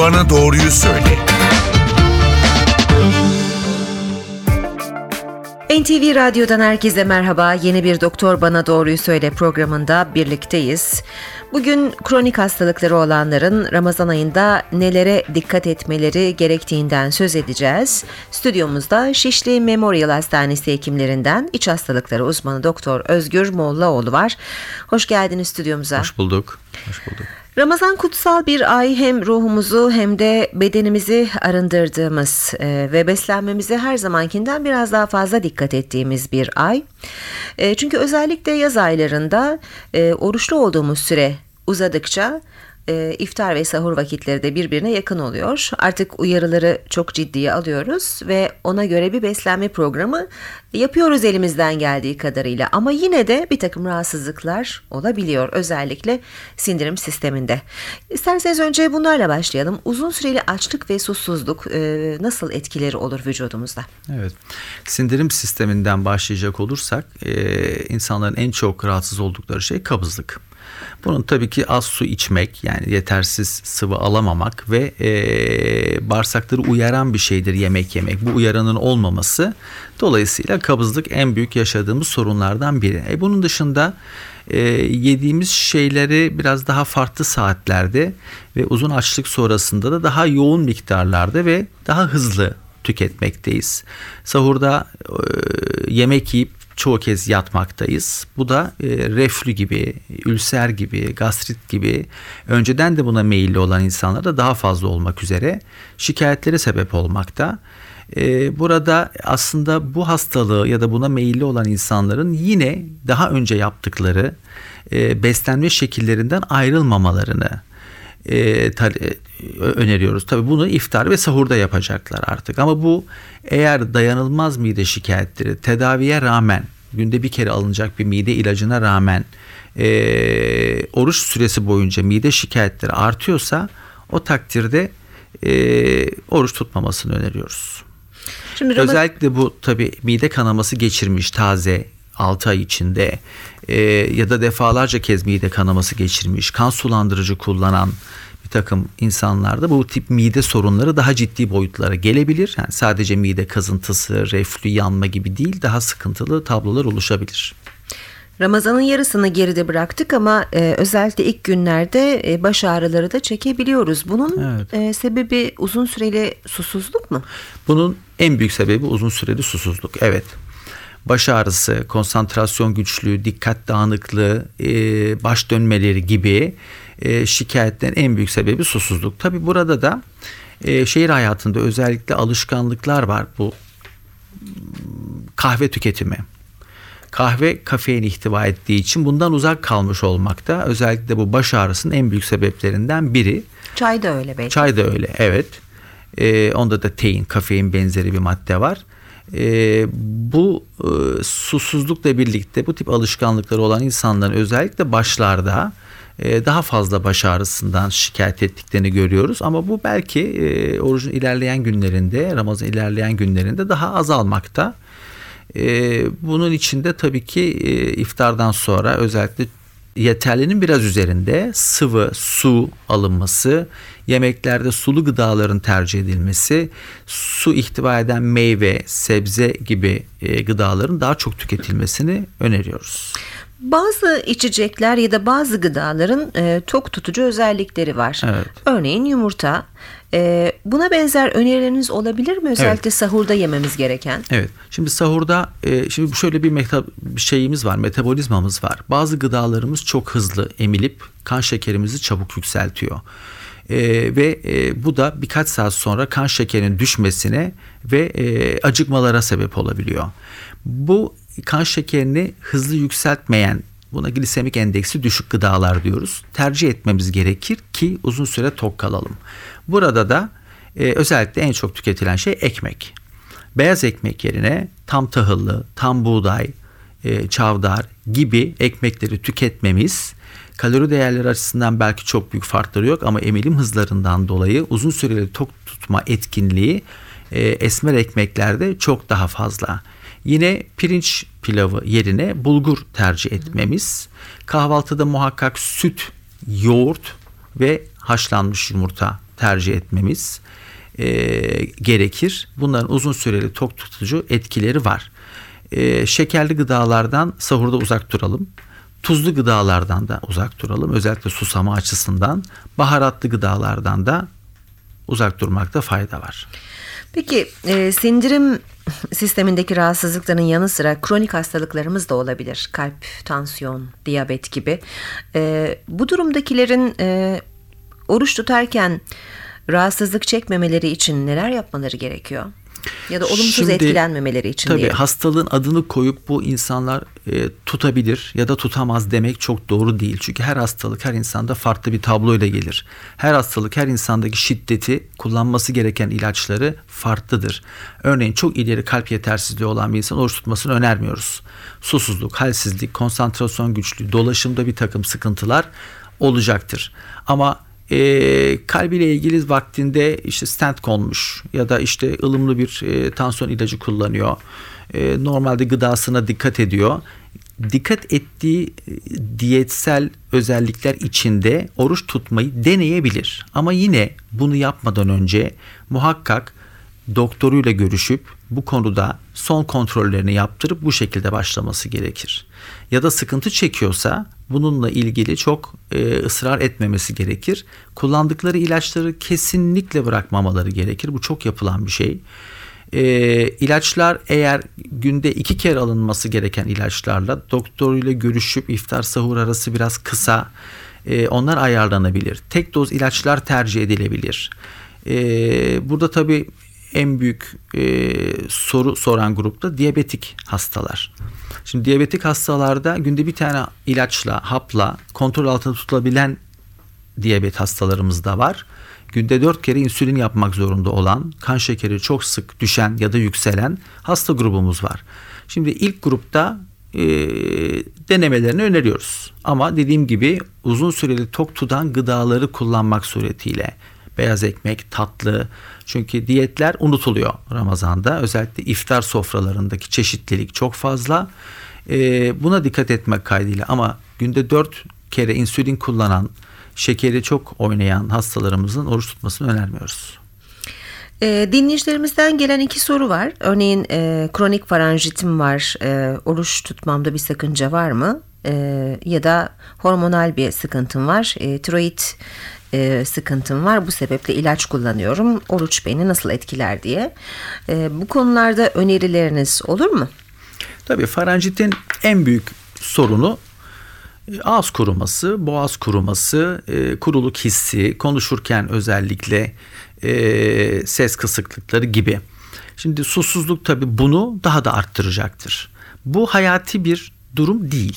Bana Doğruyu Söyle. NTV Radyo'dan herkese merhaba. Yeni bir Doktor Bana Doğruyu Söyle programında birlikteyiz. Bugün kronik hastalıkları olanların Ramazan ayında nelere dikkat etmeleri gerektiğinden söz edeceğiz. Stüdyomuzda Şişli Memorial Hastanesi hekimlerinden iç hastalıkları uzmanı Doktor Özgür Mollaoğlu var. Hoş geldiniz stüdyomuza. Hoş bulduk. Hoş bulduk. Ramazan kutsal bir ay, hem ruhumuzu hem de bedenimizi arındırdığımız ve beslenmemize her zamankinden biraz daha fazla dikkat ettiğimiz bir ay. Çünkü özellikle yaz aylarında oruçlu olduğumuz süre uzadıkça iftar ve sahur vakitleri de birbirine yakın oluyor. Artık uyarıları çok ciddiye alıyoruz ve ona göre bir beslenme programı yapıyoruz elimizden geldiği kadarıyla. Ama yine de bir takım rahatsızlıklar olabiliyor, özellikle sindirim sisteminde. İsterseniz önce bunlarla başlayalım. Uzun süreli açlık ve susuzluk nasıl etkileri olur vücudumuzda? Evet, sindirim sisteminden başlayacak olursak insanların en çok rahatsız oldukları şey kabızlık. Bunun tabii ki az su içmek, yani yetersiz sıvı alamamak ve bağırsakları uyaran bir şeydir yemek yemek. Bu uyaranın olmaması, dolayısıyla kabızlık en büyük yaşadığımız sorunlardan biri. Bunun dışında yediğimiz şeyleri biraz daha farklı saatlerde ve uzun açlık sonrasında da daha yoğun miktarlarda ve daha hızlı tüketmekteyiz. Sahurda yemek yiyip çoğu kez yatmaktayız. Bu da reflü gibi, ülser gibi, gastrit gibi önceden de buna meyilli olan insanlarda daha fazla olmak üzere şikayetlere sebep olmakta. Burada aslında bu hastalığı ya da buna meyilli olan insanların yine daha önce yaptıkları beslenme şekillerinden ayrılmamalarını öneriyoruz. Tabii bunu iftar ve sahurda yapacaklar artık. Ama bu eğer dayanılmaz mide şikayetleri tedaviye rağmen, günde bir kere alınacak bir mide ilacına rağmen oruç süresi boyunca mide şikayetleri artıyorsa, o takdirde oruç tutmamasını öneriyoruz. Şimdi özellikle bu tabii mide kanaması geçirmiş taze 6 ay içinde ya da defalarca kez mide kanaması geçirmiş, kan sulandırıcı kullanan bir takım insanlarda bu tip mide sorunları daha ciddi boyutlara gelebilir. Yani sadece mide kazıntısı, reflü, yanma gibi değil, daha sıkıntılı tablolar oluşabilir. Ramazan'ın yarısını geride bıraktık ama özellikle ilk günlerde baş ağrıları da çekebiliyoruz. Bunun sebebi uzun süreli susuzluk mu? Bunun en büyük sebebi uzun süreli susuzluk. Evet. Baş ağrısı, konsantrasyon güçlüğü, dikkat dağınıklığı, baş dönmeleri gibi şikayetlerin en büyük sebebi susuzluk. Tabii burada da şehir hayatında özellikle alışkanlıklar var. Bu kahve tüketimi. Kahve kafein ihtiva ettiği için bundan uzak kalmış olmakta. Özellikle bu baş ağrısının en büyük sebeplerinden biri. Çay da öyle belki. Çay da öyle, evet. Onda da tein, kafein benzeri bir madde var. Bu susuzlukla birlikte bu tip alışkanlıkları olan insanların özellikle başlarda daha fazla baş ağrısından şikayet ettiklerini görüyoruz. Ama bu belki orucun ilerleyen günlerinde, Ramazan ilerleyen günlerinde daha azalmakta. Bunun içinde tabii ki iftardan sonra özellikle yeterlinin biraz üzerinde sıvı su alınması, yemeklerde sulu gıdaların tercih edilmesi, su ihtiva eden meyve, sebze gibi gıdaların daha çok tüketilmesini öneriyoruz. Bazı içecekler ya da bazı gıdaların tok tutucu özellikleri var. Evet. Örneğin yumurta. Buna benzer önerileriniz olabilir mi? Özellikle sahurda yememiz gereken. Evet. Şimdi sahurda şimdi şöyle bir şeyimiz var, metabolizmamız var. Bazı gıdalarımız çok hızlı emilip kan şekerimizi çabuk yükseltiyor. Ve bu da birkaç saat sonra kan şekerinin düşmesine ve acıkmalara sebep olabiliyor. Bu kan şekerini hızlı yükseltmeyen, buna glisemik endeksi düşük gıdalar diyoruz, tercih etmemiz gerekir ki uzun süre tok kalalım. Burada da özellikle en çok tüketilen şey ekmek. Beyaz ekmek yerine tam tahıllı, tam buğday, çavdar gibi ekmekleri tüketmemiz, kalori değerleri açısından belki çok büyük farkları yok ama emilim hızlarından dolayı uzun süreli tok tutma etkinliği esmer ekmeklerde çok daha fazla. Yine pirinç pilavı yerine bulgur tercih etmemiz, kahvaltıda muhakkak süt, yoğurt ve haşlanmış yumurta tercih etmemiz gerekir. Bunların uzun süreli tok tutucu etkileri var. Şekerli gıdalardan sahurda uzak duralım. Tuzlu gıdalardan da uzak duralım. Özellikle susama açısından. Baharatlı gıdalardan da uzak durmakta fayda var. Peki sindirim sistemindeki rahatsızlıkların yanı sıra kronik hastalıklarımız da olabilir. Kalp, tansiyon, diyabet gibi. Bu durumdakilerin oruç tutarken rahatsızlık çekmemeleri için neler yapmaları gerekiyor? Ya da olumsuz etkilenmemeleri için tabii diyelim. Hastalığın adını koyup bu insanlar tutabilir ya da tutamaz demek çok doğru değil. Çünkü her hastalık her insanda farklı bir tabloyla gelir. Her hastalık her insandaki şiddeti, kullanması gereken ilaçları farklıdır. Örneğin çok ileri kalp yetersizliği olan bir insan oruç tutmasını önermiyoruz. Susuzluk, halsizlik, konsantrasyon güçlüğü, dolaşımda bir takım sıkıntılar olacaktır. Ama kalbiyle ilgili vaktinde işte stent konmuş ya da işte ılımlı bir tansiyon ilacı kullanıyor. Normalde gıdasına dikkat ediyor. Dikkat ettiği diyetsel özellikler içinde oruç tutmayı deneyebilir. Ama yine bunu yapmadan önce muhakkak doktoruyla görüşüp bu konuda son kontrollerini yaptırıp bu şekilde başlaması gerekir. Ya da sıkıntı çekiyorsa bununla ilgili çok ısrar etmemesi gerekir. Kullandıkları ilaçları kesinlikle bırakmamaları gerekir. Bu çok yapılan bir şey. İlaçlar eğer günde 2 kere alınması gereken ilaçlarla doktoruyla görüşüp iftar sahur arası biraz kısa, onlar ayarlanabilir. Tek doz ilaçlar tercih edilebilir. Burada tabii en büyük soru soran grupta diyabetik hastalar. Şimdi diyabetik hastalarda günde bir tane ilaçla, hapla kontrol altında tutulabilen diyabet hastalarımız da var. Günde 4 kere insülin yapmak zorunda olan, kan şekeri çok sık düşen ya da yükselen hasta grubumuz var. Şimdi ilk grupta denemelerini öneriyoruz. Ama dediğim gibi uzun süreli tok tutan gıdaları kullanmak suretiyle beyaz ekmek, tatlı. Çünkü diyetler unutuluyor Ramazan'da. Özellikle iftar sofralarındaki çeşitlilik çok fazla. Buna dikkat etmek kaydıyla ama günde 4 kere insülin kullanan, şekeri çok oynayan hastalarımızın oruç tutmasını önermiyoruz. Dinleyicilerimizden gelen 2 soru var. Örneğin kronik faranjitim var. Oruç tutmamda bir sakınca var mı? Ya da hormonal bir sıkıntım var. Tiroid sıkıntım var. Bu sebeple ilaç kullanıyorum. Oruç beni nasıl etkiler diye. Bu konularda önerileriniz olur mu? Tabii faranjitin en büyük sorunu ağız kuruması, boğaz kuruması, kuruluk hissi, konuşurken özellikle ses kısıklıkları gibi. Şimdi susuzluk tabii bunu daha da arttıracaktır. Bu hayati bir durum değil.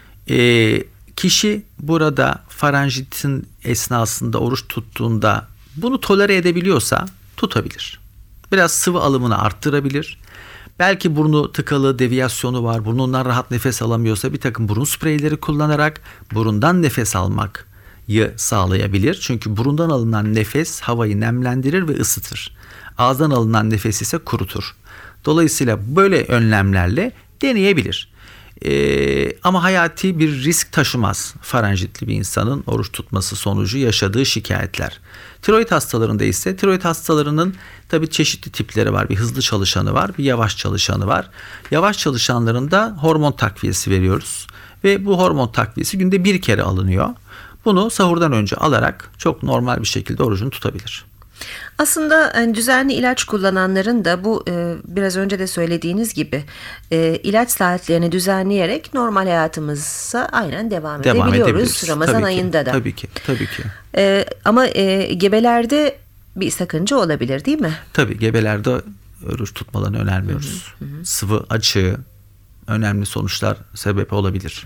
Kişi burada faranjitin esnasında oruç tuttuğunda bunu tolere edebiliyorsa tutabilir. Biraz sıvı alımını arttırabilir. Belki burnu tıkalı, deviyasyonu var, burnundan rahat nefes alamıyorsa bir takım burun spreyleri kullanarak burundan nefes almayı sağlayabilir. Çünkü burundan alınan nefes havayı nemlendirir ve ısıtır. Ağızdan alınan nefes ise kurutur. Dolayısıyla böyle önlemlerle deneyebilir. Ama hayati bir risk taşımaz faranjitli bir insanın oruç tutması sonucu yaşadığı şikayetler. Tiroid hastalarında ise tiroid hastalarının tabii çeşitli tipleri var. Bir hızlı çalışanı var, bir yavaş çalışanı var. Yavaş çalışanlarında hormon takviyesi veriyoruz ve bu hormon takviyesi günde 1 kere alınıyor. Bunu sahurdan önce alarak çok normal bir şekilde orucunu tutabilir. Aslında düzenli ilaç kullananların da bu biraz önce de söylediğiniz gibi ilaç saatlerini düzenleyerek normal hayatımıza aynen devam edebiliyoruz. Ramazan tabii ayında da. Tabii ki. Ama gebelerde bir sakınca olabilir değil mi? Tabii gebelerde oruç tutmalarını önermiyoruz. Sıvı açığı önemli sonuçlar sebep olabilir.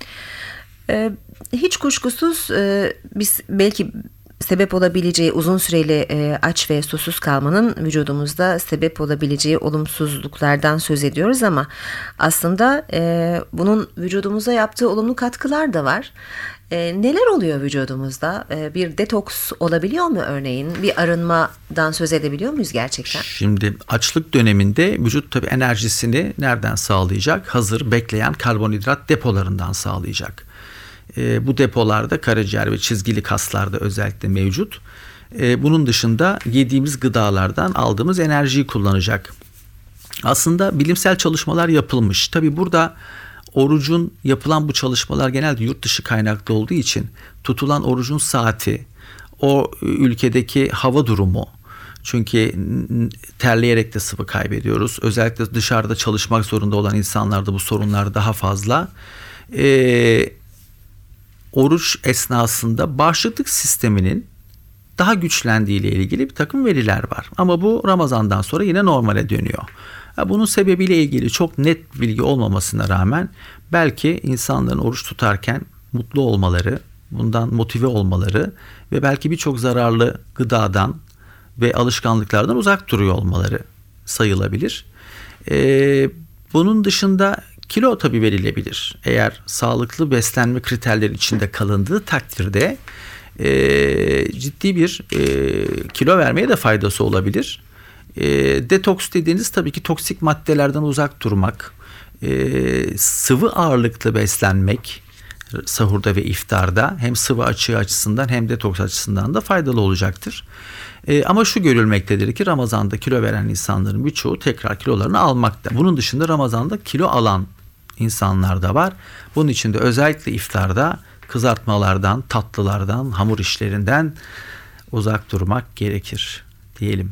Hiç kuşkusuz biz belki sebep olabileceği uzun süreli aç ve susuz kalmanın vücudumuzda sebep olabileceği olumsuzluklardan söz ediyoruz ama aslında bunun vücudumuza yaptığı olumlu katkılar da var. Neler oluyor vücudumuzda? Bir detoks olabiliyor mu örneğin? Bir arınmadan söz edebiliyor muyuz gerçekten? Şimdi açlık döneminde vücut tabii enerjisini nereden sağlayacak? Hazır bekleyen karbonhidrat depolarından sağlayacak. Bu depolarda karaciğer ve çizgili kaslarda özellikle mevcut. Bunun dışında yediğimiz gıdalardan aldığımız enerjiyi kullanacak. Aslında bilimsel çalışmalar yapılmış. Tabii burada orucun yapılan bu çalışmalar genelde yurt dışı kaynaklı olduğu için tutulan orucun saati, o ülkedeki hava durumu, çünkü terleyerek de sıvı kaybediyoruz. Özellikle dışarıda çalışmak zorunda olan insanlarda bu sorunlar daha fazla. Oruç esnasında bağışıklık sisteminin daha güçlendiği ile ilgili bir takım veriler var. Ama bu Ramazan'dan sonra yine normale dönüyor. Bunun sebebiyle ilgili çok net bilgi olmamasına rağmen belki insanların oruç tutarken mutlu olmaları, bundan motive olmaları ve belki birçok zararlı gıdadan ve alışkanlıklardan uzak duruyor olmaları sayılabilir. Bunun dışında kilo tabii verilebilir. Eğer sağlıklı beslenme kriterleri içinde kalındığı takdirde ciddi bir kilo vermeye de faydası olabilir. Detoks dediğiniz tabii ki toksik maddelerden uzak durmak, sıvı ağırlıklı beslenmek sahurda ve iftarda hem sıvı açığı açısından hem detoks açısından da faydalı olacaktır. Ama şu görülmektedir ki Ramazan'da kilo veren insanların birçoğu tekrar kilolarını almakta. Bunun dışında Ramazan'da kilo alan insanlar da var. Bunun için de özellikle iftarda kızartmalardan, tatlılardan, hamur işlerinden uzak durmak gerekir diyelim.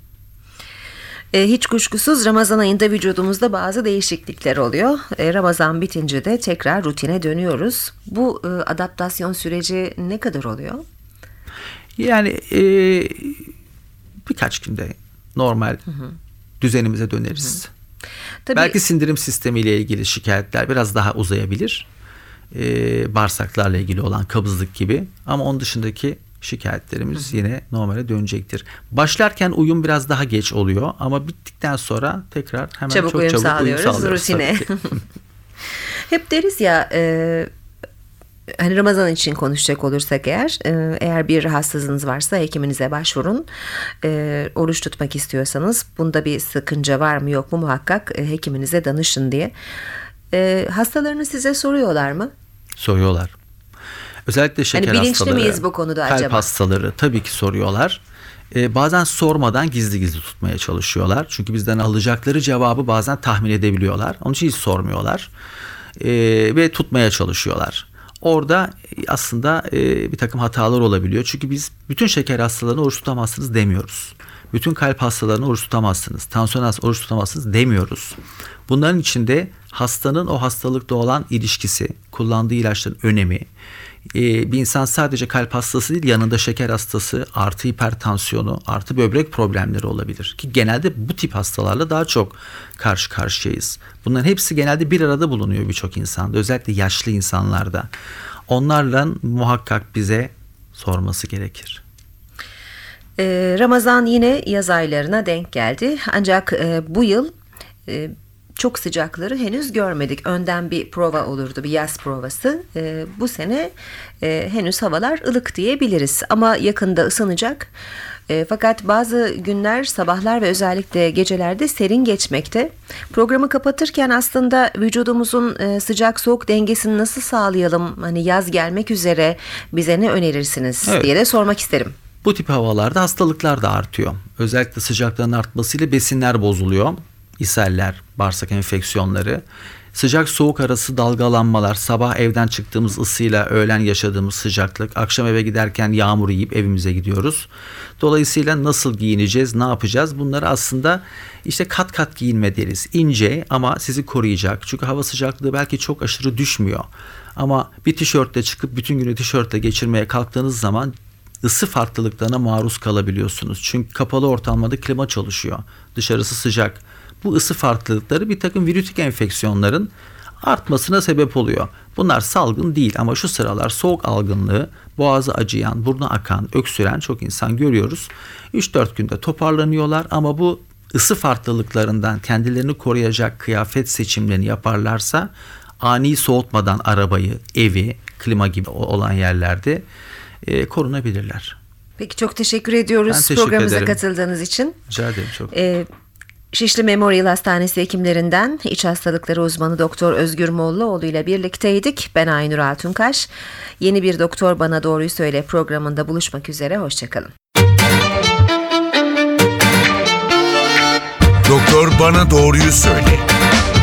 Hiç kuşkusuz Ramazan ayında vücudumuzda bazı değişiklikler oluyor. Ramazan bitince de tekrar rutine dönüyoruz. Bu adaptasyon süreci ne kadar oluyor? Yani birkaç günde normal düzenimize döneriz. Tabii, belki sindirim sistemiyle ilgili şikayetler biraz daha uzayabilir. Bağırsaklarla ilgili olan kabızlık gibi. Ama onun dışındaki şikayetlerimiz yine normale dönecektir. Başlarken uyum biraz daha geç oluyor ama bittikten sonra tekrar hemen çabuk çok uyum çabuk sağlıyoruz uyum sağlıyoruz rutine. Hep deriz ya, hani Ramazan için konuşacak olursak eğer bir rahatsızlığınız varsa hekiminize başvurun. Oruç tutmak istiyorsanız bunda bir sakınca var mı yok mu muhakkak hekiminize danışın diye. Hastalarını size soruyorlar mı? Soruyorlar. Özellikle şeker bilinçli hastaları, miyiz bu konuda kalp acaba? hastaları tabii ki soruyorlar. Bazen sormadan gizli gizli tutmaya çalışıyorlar. Çünkü bizden alacakları cevabı bazen tahmin edebiliyorlar. Onun için hiç sormuyorlar. Ve tutmaya çalışıyorlar. Orada aslında bir takım hatalar olabiliyor. Çünkü biz bütün şeker hastalarına oruç tutamazsınız demiyoruz. Bütün kalp hastalarına oruç tutamazsınız. Tansiyon hastası oruç tutamazsınız demiyoruz. Bunların içinde hastanın o hastalıkla olan ilişkisi, kullandığı ilaçların önemi, bir insan sadece kalp hastası değil, yanında şeker hastası, artı hipertansiyonu, artı böbrek problemleri olabilir. Ki genelde bu tip hastalarla daha çok karşı karşıyayız. Bunların hepsi genelde bir arada bulunuyor birçok insanda. Özellikle yaşlı insanlarda. Onlarla muhakkak bize sorması gerekir. Ramazan yine yaz aylarına denk geldi. Ancak bu yıl çok sıcakları henüz görmedik. Önden bir prova olurdu, bir yaz provası. Bu sene henüz havalar ılık diyebiliriz. Ama yakında ısınacak. Fakat bazı günler, sabahlar ve özellikle gecelerde serin geçmekte. Programı kapatırken aslında vücudumuzun sıcak soğuk dengesini nasıl sağlayalım? Hani yaz gelmek üzere bize ne önerirsiniz diye de sormak isterim. Bu tip havalarda hastalıklar da artıyor. Özellikle sıcaklığın artmasıyla besinler bozuluyor. İshaller, bağırsak enfeksiyonları, sıcak soğuk arası dalgalanmalar, sabah evden çıktığımız ısıyla öğlen yaşadığımız sıcaklık, akşam eve giderken yağmur yiyip evimize gidiyoruz. Dolayısıyla nasıl giyineceğiz, ne yapacağız? Bunları aslında işte kat kat giyinme deriz. İnce ama sizi koruyacak. Çünkü hava sıcaklığı belki çok aşırı düşmüyor. Ama bir tişörtle çıkıp bütün günü tişörtle geçirmeye kalktığınız zaman ısı farklılıklarına maruz kalabiliyorsunuz. Çünkü kapalı ortamlarda klima çalışıyor. Dışarısı sıcak. Bu ısı farklılıkları bir takım virütik enfeksiyonların artmasına sebep oluyor. Bunlar salgın değil ama şu sıralar soğuk algınlığı, boğazı acıyan, burnu akan, öksüren çok insan görüyoruz. 3-4 günde toparlanıyorlar ama bu ısı farklılıklarından kendilerini koruyacak kıyafet seçimlerini yaparlarsa ani soğutmadan arabayı, evi, klima gibi olan yerlerde korunabilirler. Peki, çok teşekkür ediyoruz programımıza katıldığınız için. Rica ederim çok. Şişli Memorial Hastanesi hekimlerinden iç hastalıkları uzmanı Doktor Özgür Mollaoğlu ile birlikteydik. Ben Aynur Altunkaş. Yeni bir Doktor Bana Doğruyu Söyle programında buluşmak üzere. Hoşçakalın. Bana doğruyu söyle.